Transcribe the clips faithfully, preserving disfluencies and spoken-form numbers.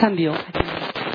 賛美を始めます。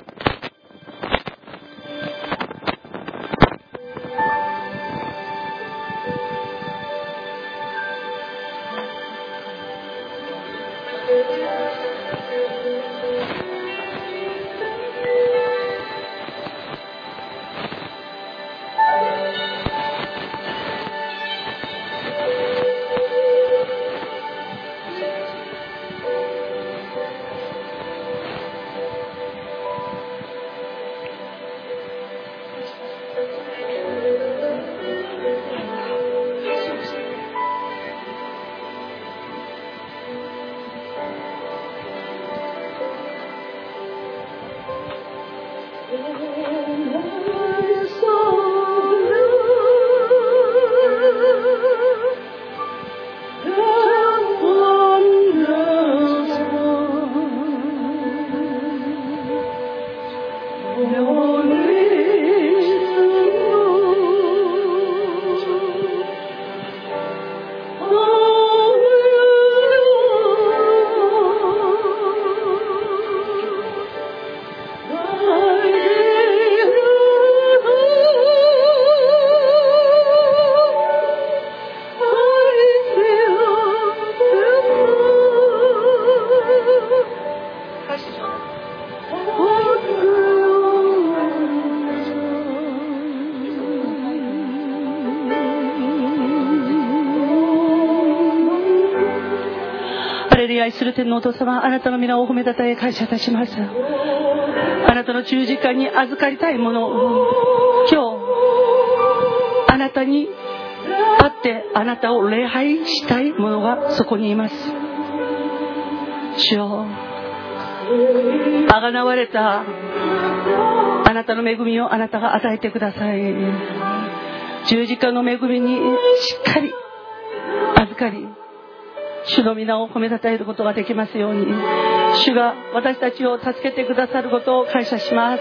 愛する天のお父様、あなたの皆を褒めたたえ感謝いたします。あなたの十字架に預かりたいものを、今日あなたに会ってあなたを礼拝したいものがそこにいます。主よ、あがなわれたあなたの恵みをあなたが与えてください。十字架の恵みにしっかり預かり、主の皆を褒めたたえることができますように、主が私たちを助けてくださることを感謝します。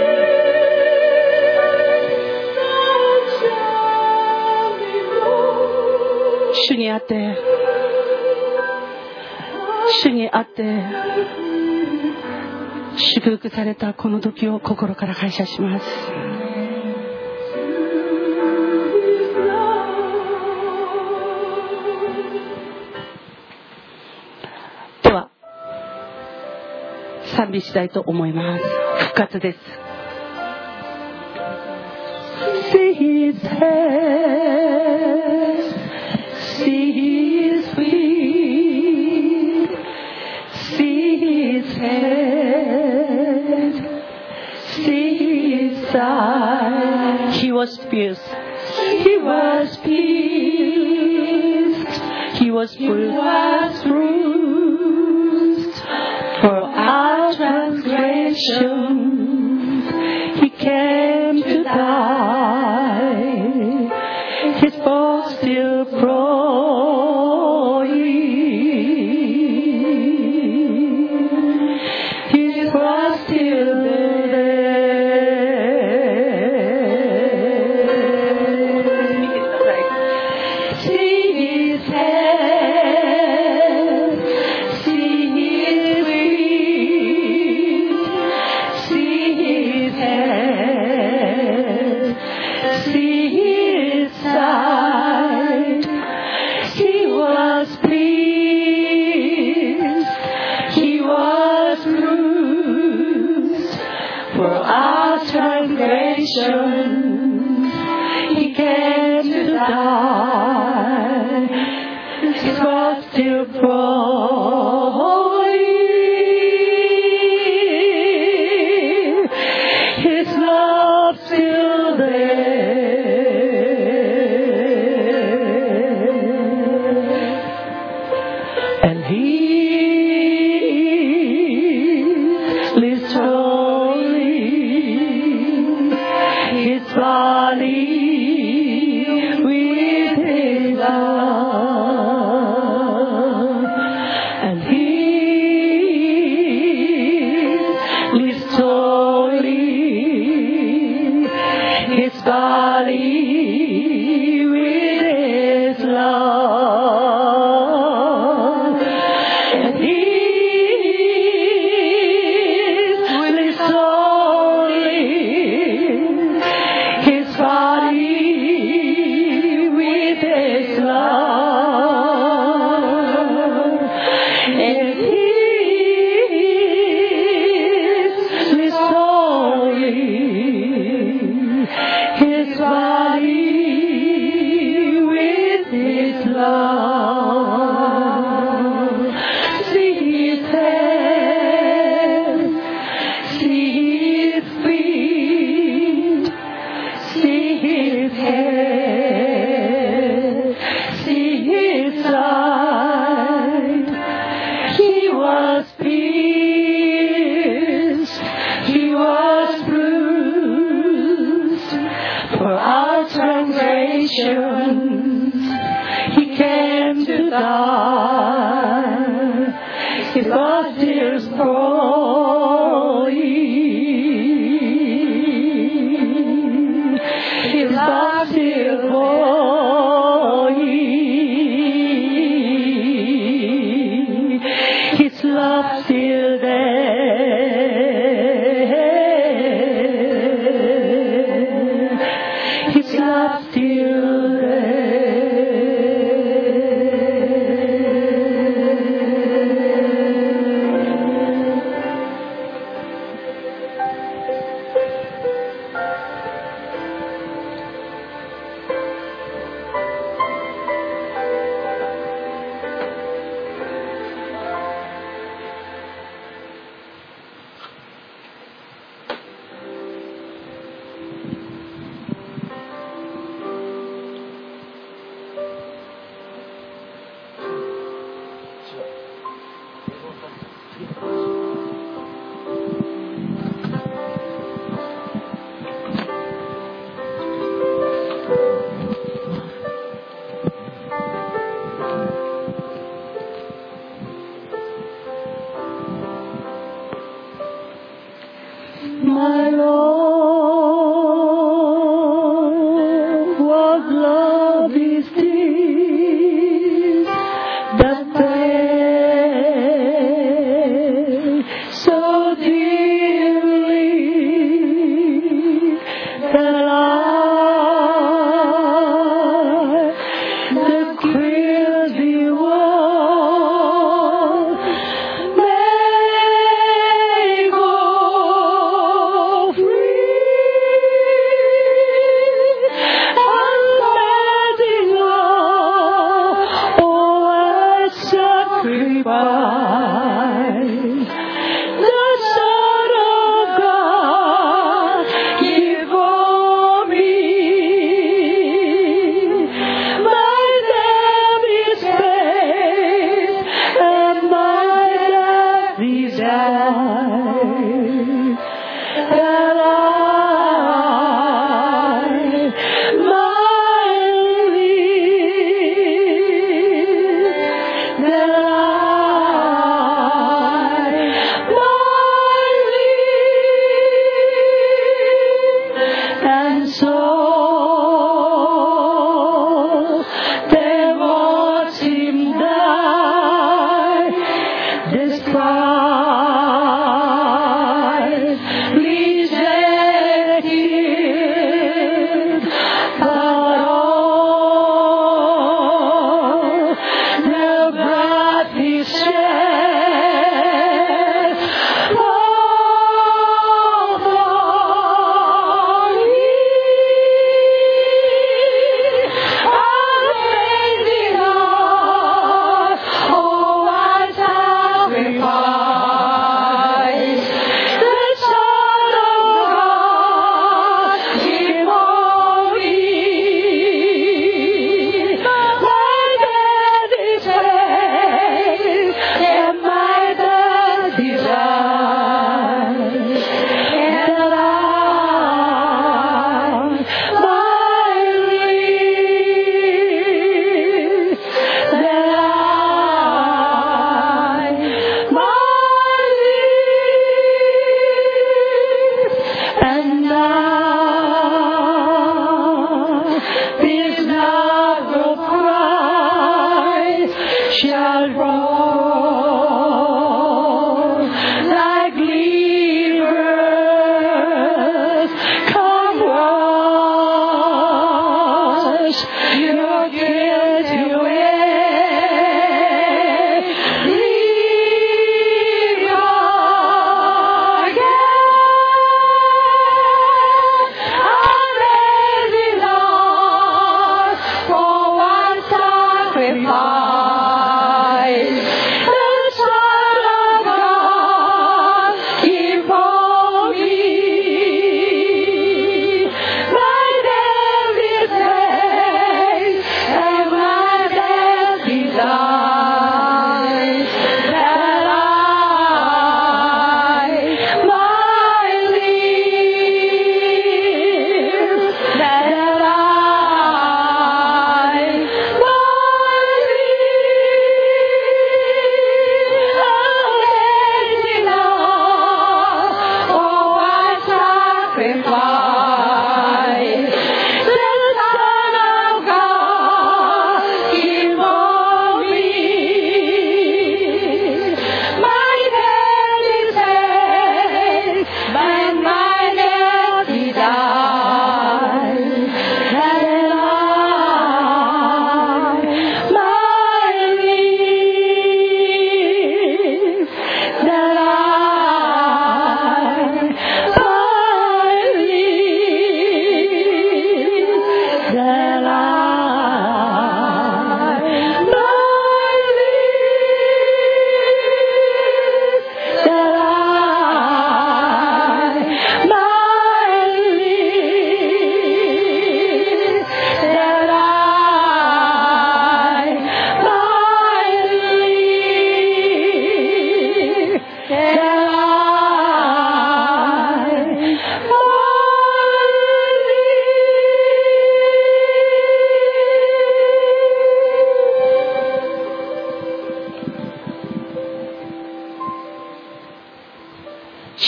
主にあって主にあって祝福されたこの時を心から感謝します。賛美したいと思います。復活です。 See his head, see his feet, see his head, see his side. He was pierced, he was pierced, he was bruised for our transgressions, he came to die, his bones still flowing, his cross still there. See his head, see his feet, see his head, see his side. He was pierced, he was bruised for our transgressions, he came to die, his cross still flowing, his love still there, and he lives rolling his body with his love, and he lives rolling his body with his love, and he is nations. He came to die. His love still flowing. His love still flowing. His love still there. His love still there.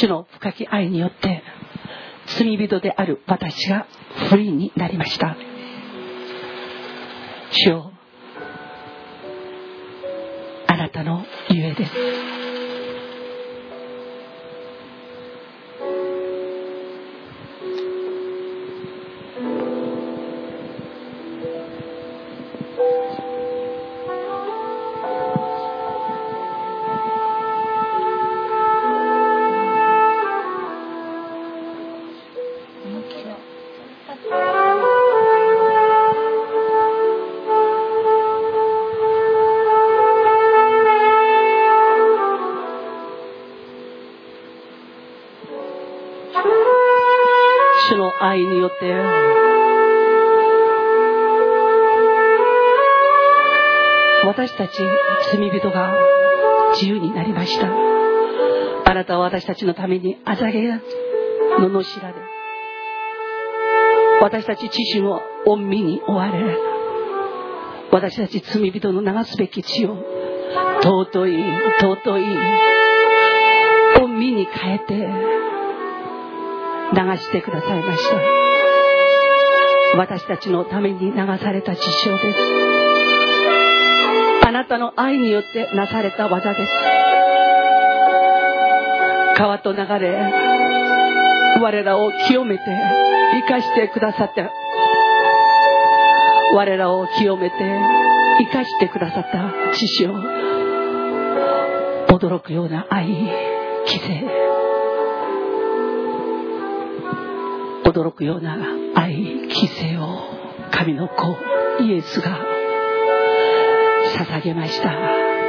主の深き愛によって罪人である私がフリーになりました。主よ、あなたのゆえです。主の愛によって私たち罪人が自由になりました。あなたは私たちのためにあざげが罵られ、私たち自身を御身に追われ、私たち罪人の流すべき血を尊い尊い御身に変えて流してくださいました。私たちのために流された事象です。あなたの愛によってなされた技です。川と流れ、我らを清めて生かしてくださった、我らを清めて生かしてくださった父よ、驚くような愛、奇跡、驚くような愛、奇跡を神の子イエスが捧げました。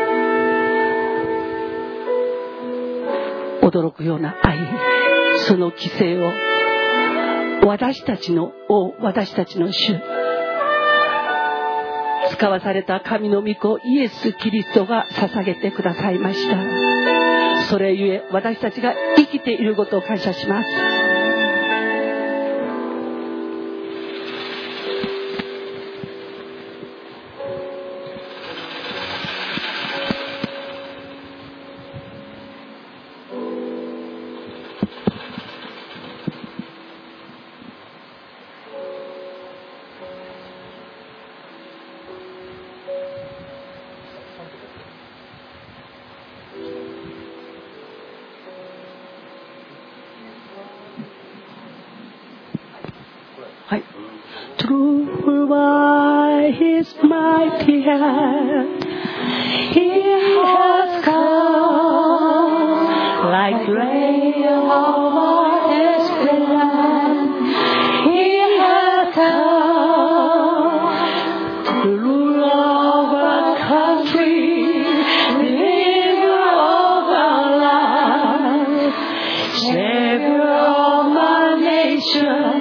驚くような愛、その奇跡を私たちの王、私たちの主、使わされた神の御子イエス・キリストが捧げてくださいました。それゆえ私たちが生きていることを感謝します。はい。Through by His mighty hand, He has come like rain over desperate land. He has come to rule over country, deliver of our lives, Savior of my nation.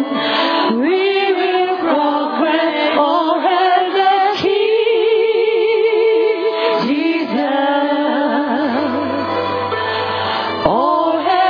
All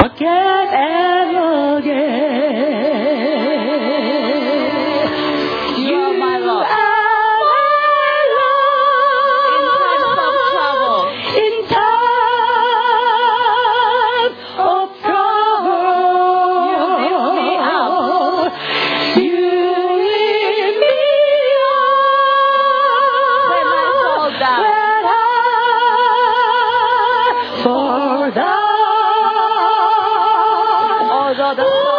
again and again. You are my love. In time of trouble, you lift me up. You lift me up. When I fall down. When I fall down. Although the storm,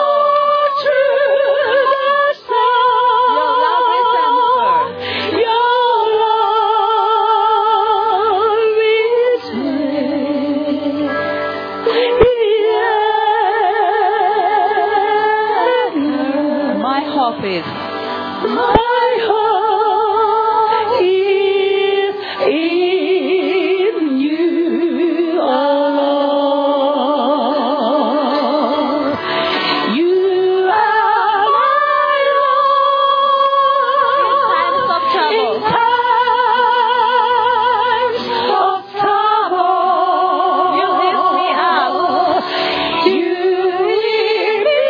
is my hope is in you alone. You are my Lord in times of trouble. You lift me up. You lift me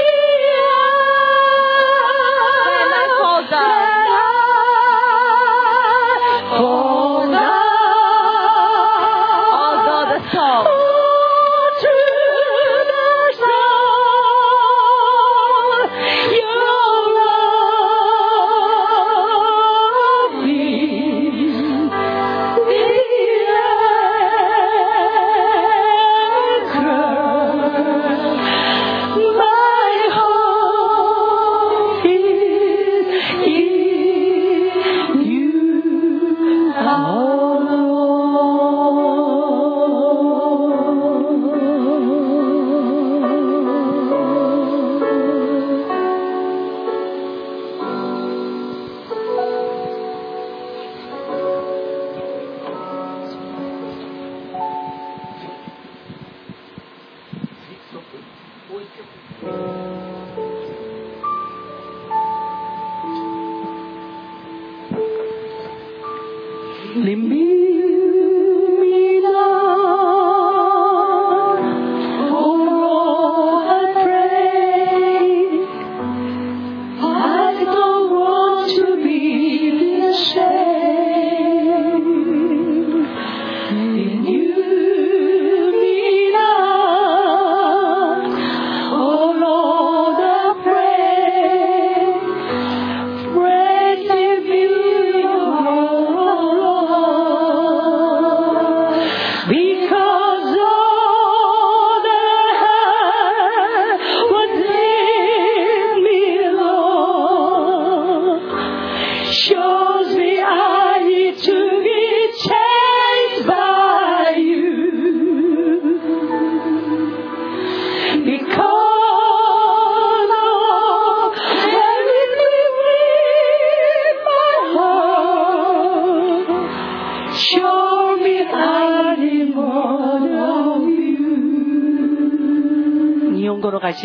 여러 가지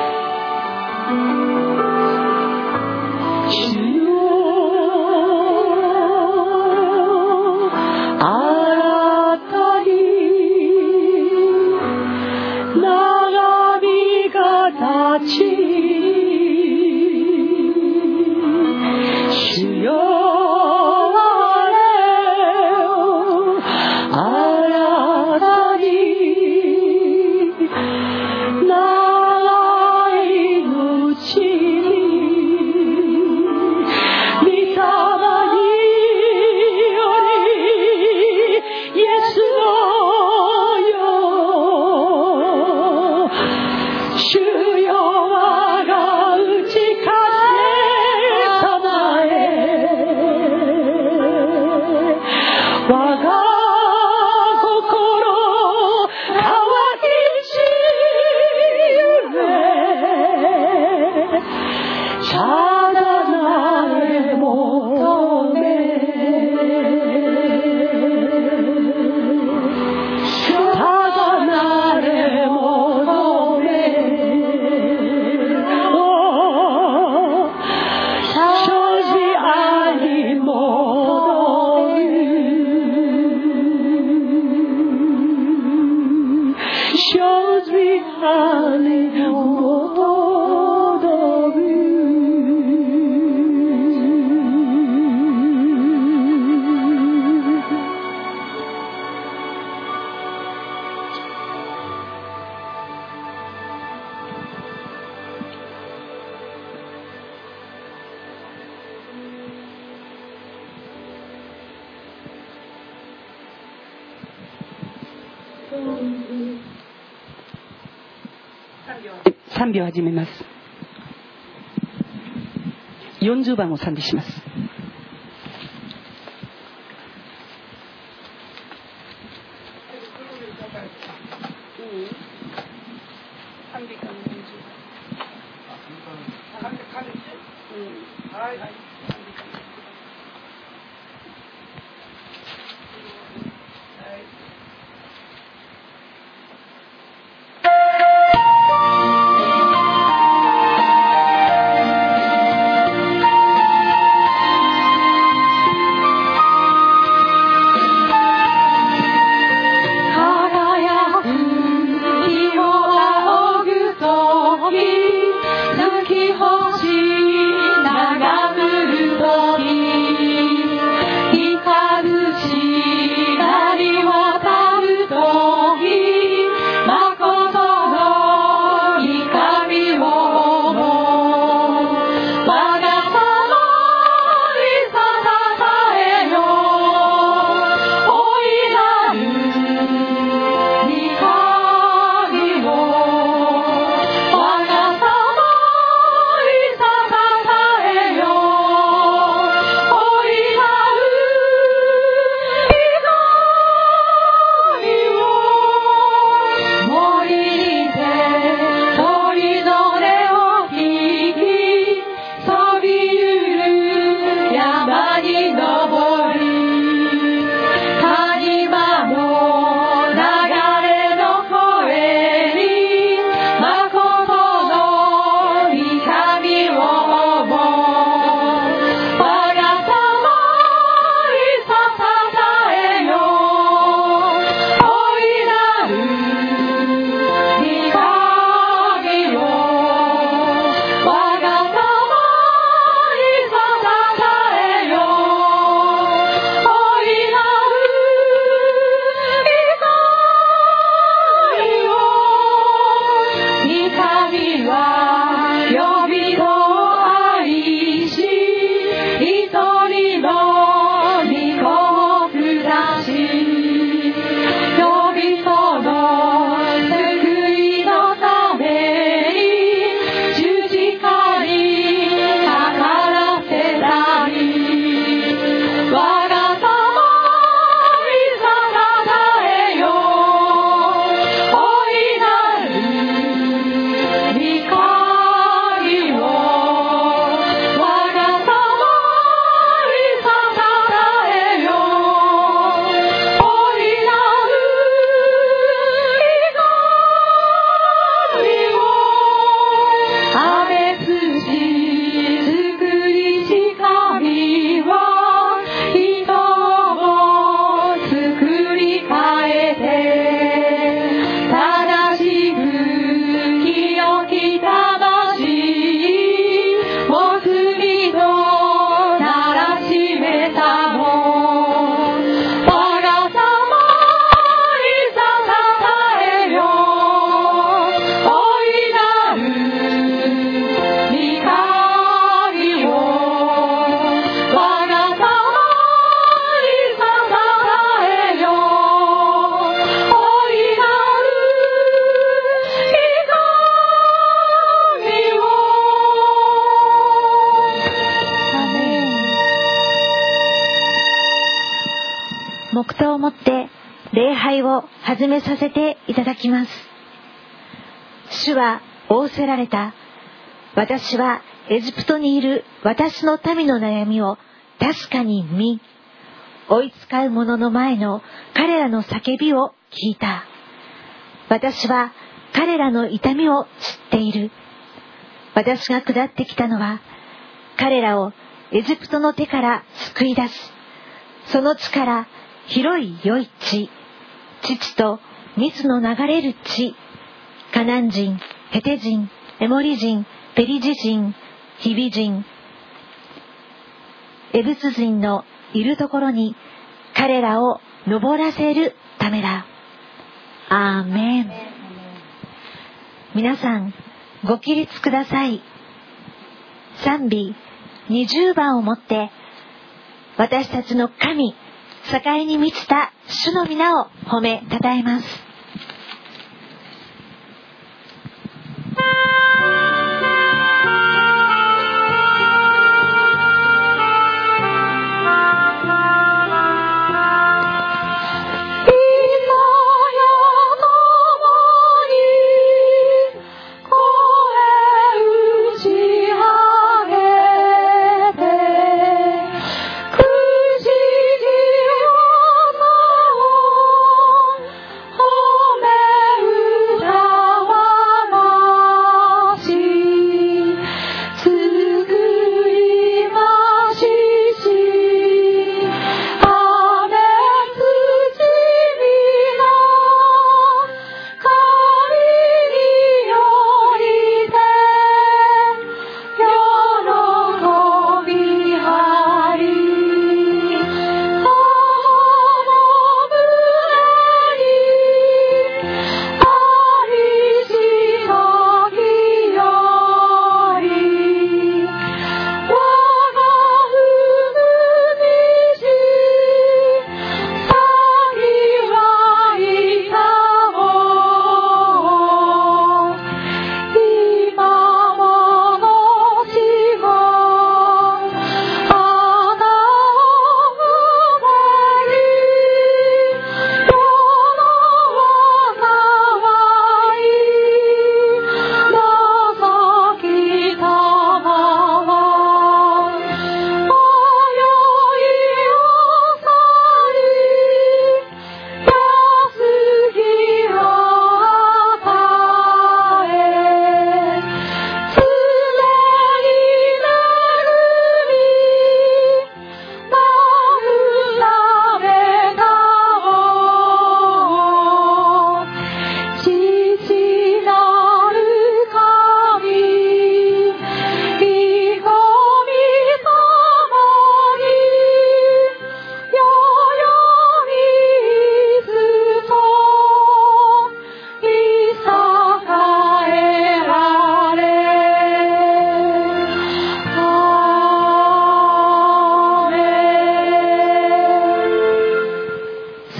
주여 알았다니 나가미가 다치니 주여 shows me how 賛美を始めます。よんじゅうばんを賛美します。 黙祷をもって礼拝を始めさせていただきます。主は仰せられた。私はエジプトにいる私の民の悩みを確かに見、追いつかう者の前の彼らの叫びを聞いた。私は彼らの痛みを知っている。私が下ってきたのは、彼らをエジプトの手から救い出し、その地から広い良い地、乳と水の流れる地、カナン人、ヘテ人、エモリ人、ペリジ人、ヒビ人、エブス人のいるところに彼らを登らせるためだ。アーメン。皆さんご起立ください。賛美にじゅうばんをもって私たちの神、栄に満ちた主の皆を褒めたたえます。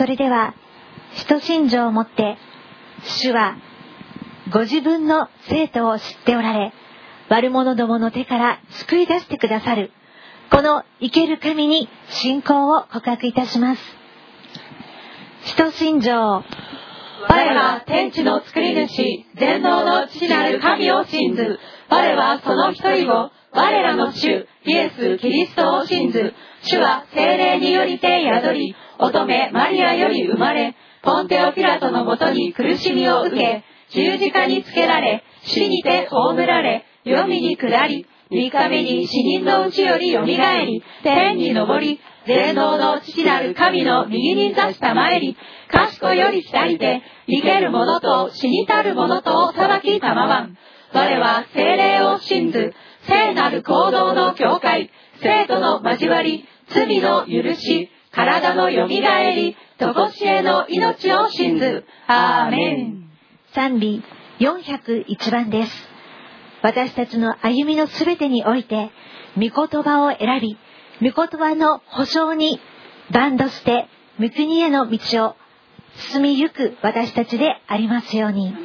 それでは使徒信条をもって主はご自分の生徒を知っておられ、悪者どもの手から救い出してくださるこの生ける神に信仰を告白いたします。使徒信条。 我は天地の作り主、全能の父なる神を信ず。我はその一人を、我らの主、イエス・キリストを信ず。主は聖霊によりて宿り、乙女マリアより生まれ、ポンテオピラトのもとに苦しみを受け、十字架につけられ、死にて葬られ、黄泉に下り、三日目に死人のうちよりよみがえり、天に昇り、全能の父なる神の右に座したまえり、賢より来りて、生ける者と死にたる者とを裁きたまわん。我は聖霊を信ず、聖なる行動の教会、生徒の交わり、罪の許し、体のよみがえり、とこしえの命を信ず。アーメン。 賛美よんひゃくいちばんです。私たちの歩みのすべてにおいて、御言葉を選び、御言葉の保証にバンドして御国への道を進みゆく私たちでありますように。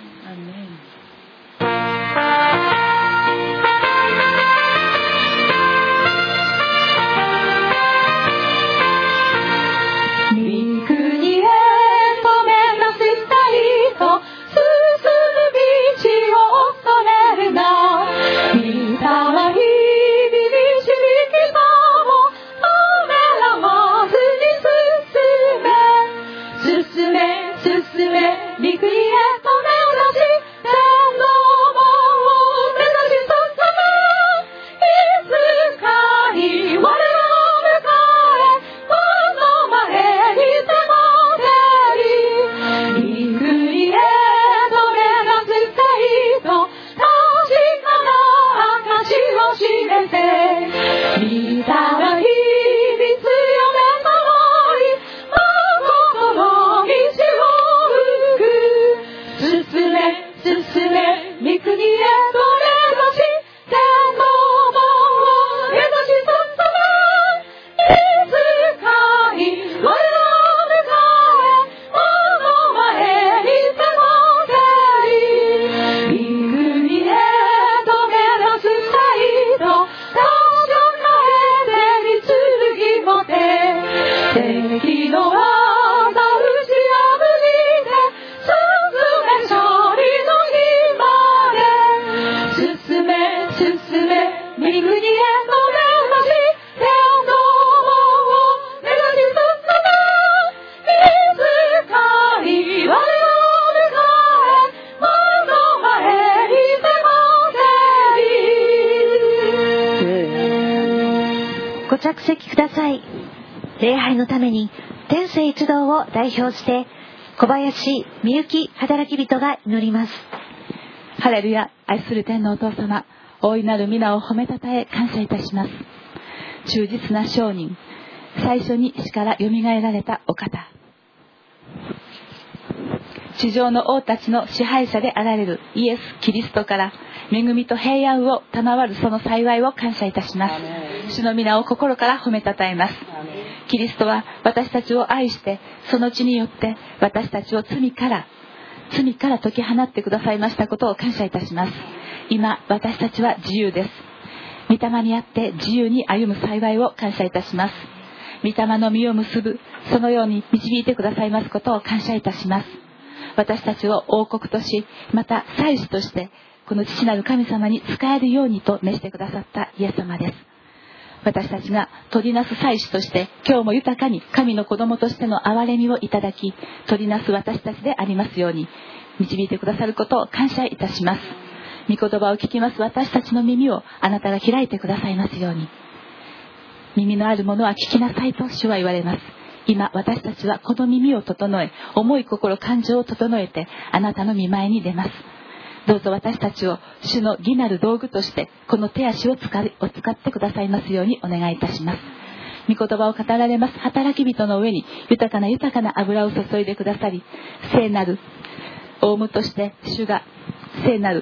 ご着席ください。礼拝のために天聖一同を代表して小林みゆき働き人が祈ります。 ハレルヤ。愛する天のお父様、大いなる皆を褒めたたえ感謝いたします。忠実な証人、最初に死からよみがえられたお方、地上の王たちの支配者であられるイエス・キリストから恵みと平安を賜るその幸いを感謝いたします。主の皆を心から褒めたたえます。キリストは私たちを愛して、その血によって私たちを罪から罪から解き放ってくださいましたことを感謝いたします。今私たちは自由です。御霊にあって自由に歩む幸いを感謝いたします。御霊の実を結ぶ、そのように導いてくださいますことを感謝いたします。私たちを王国とし、また祭司としてこの父なる神様に仕えるようにと召してくださったイエス様です。私たちが取りなす祭司として今日も豊かに神の子供としての憐れみをいただき、取りなす私たちでありますように導いてくださることを感謝いたします。御言葉を聞きます私たちの耳をあなたが開いてくださいますように。耳のある者は聞きなさいと主は言われます。今私たちはこの耳を整え、思い心感情を整えてあなたの御前に出ます。どうぞ私たちを主の義なる道具としてこの手足を使ってくださいますようにお願いいたします。御言葉を語られます働き人の上に豊かな豊かな油を注いでくださり、聖なるオウムとして主が聖なる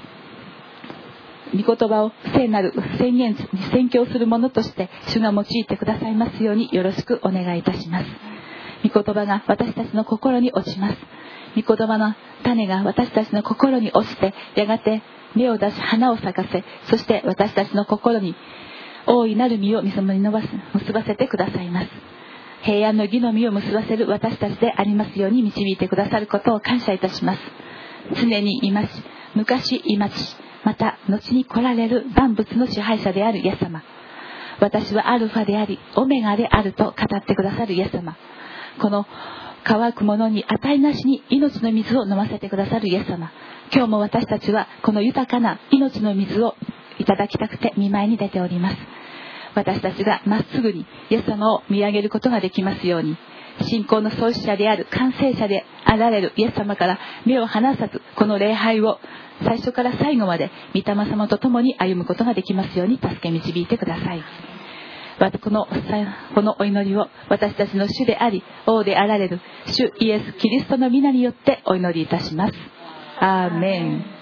御言葉を聖なる宣言に宣教するものとして主が用いてくださいますようによろしくお願いいたします。 御言葉が私たちの心に落ちます。御言葉の種が私たちの心に落ちて、やがて芽を出し花を咲かせ、そして私たちの心に大いなる実を結ばせ結ばせてくださいます。平安の義の実を結ばせる私たちでありますように導いてくださることを感謝いたします。常にいます、昔います、また後に来られる万物の支配者であるイエス様。私はアルファでありオメガであると語ってくださるイエス様。この乾くものに値なしに命の水を飲ませてくださるイエス様。今日も私たちはこの豊かな命の水をいただきたくて御前に出ております。私たちがまっすぐにイエス様を見上げることができますように、信仰の創始者である完成者であられるイエス様から目を離さず、この礼拝を最初から最後まで御霊様と共に歩むことができますように助け導いてください。この、このお祈りを私たちの主であり王であられる主イエス・キリストの皆によってお祈りいたします。アーメン。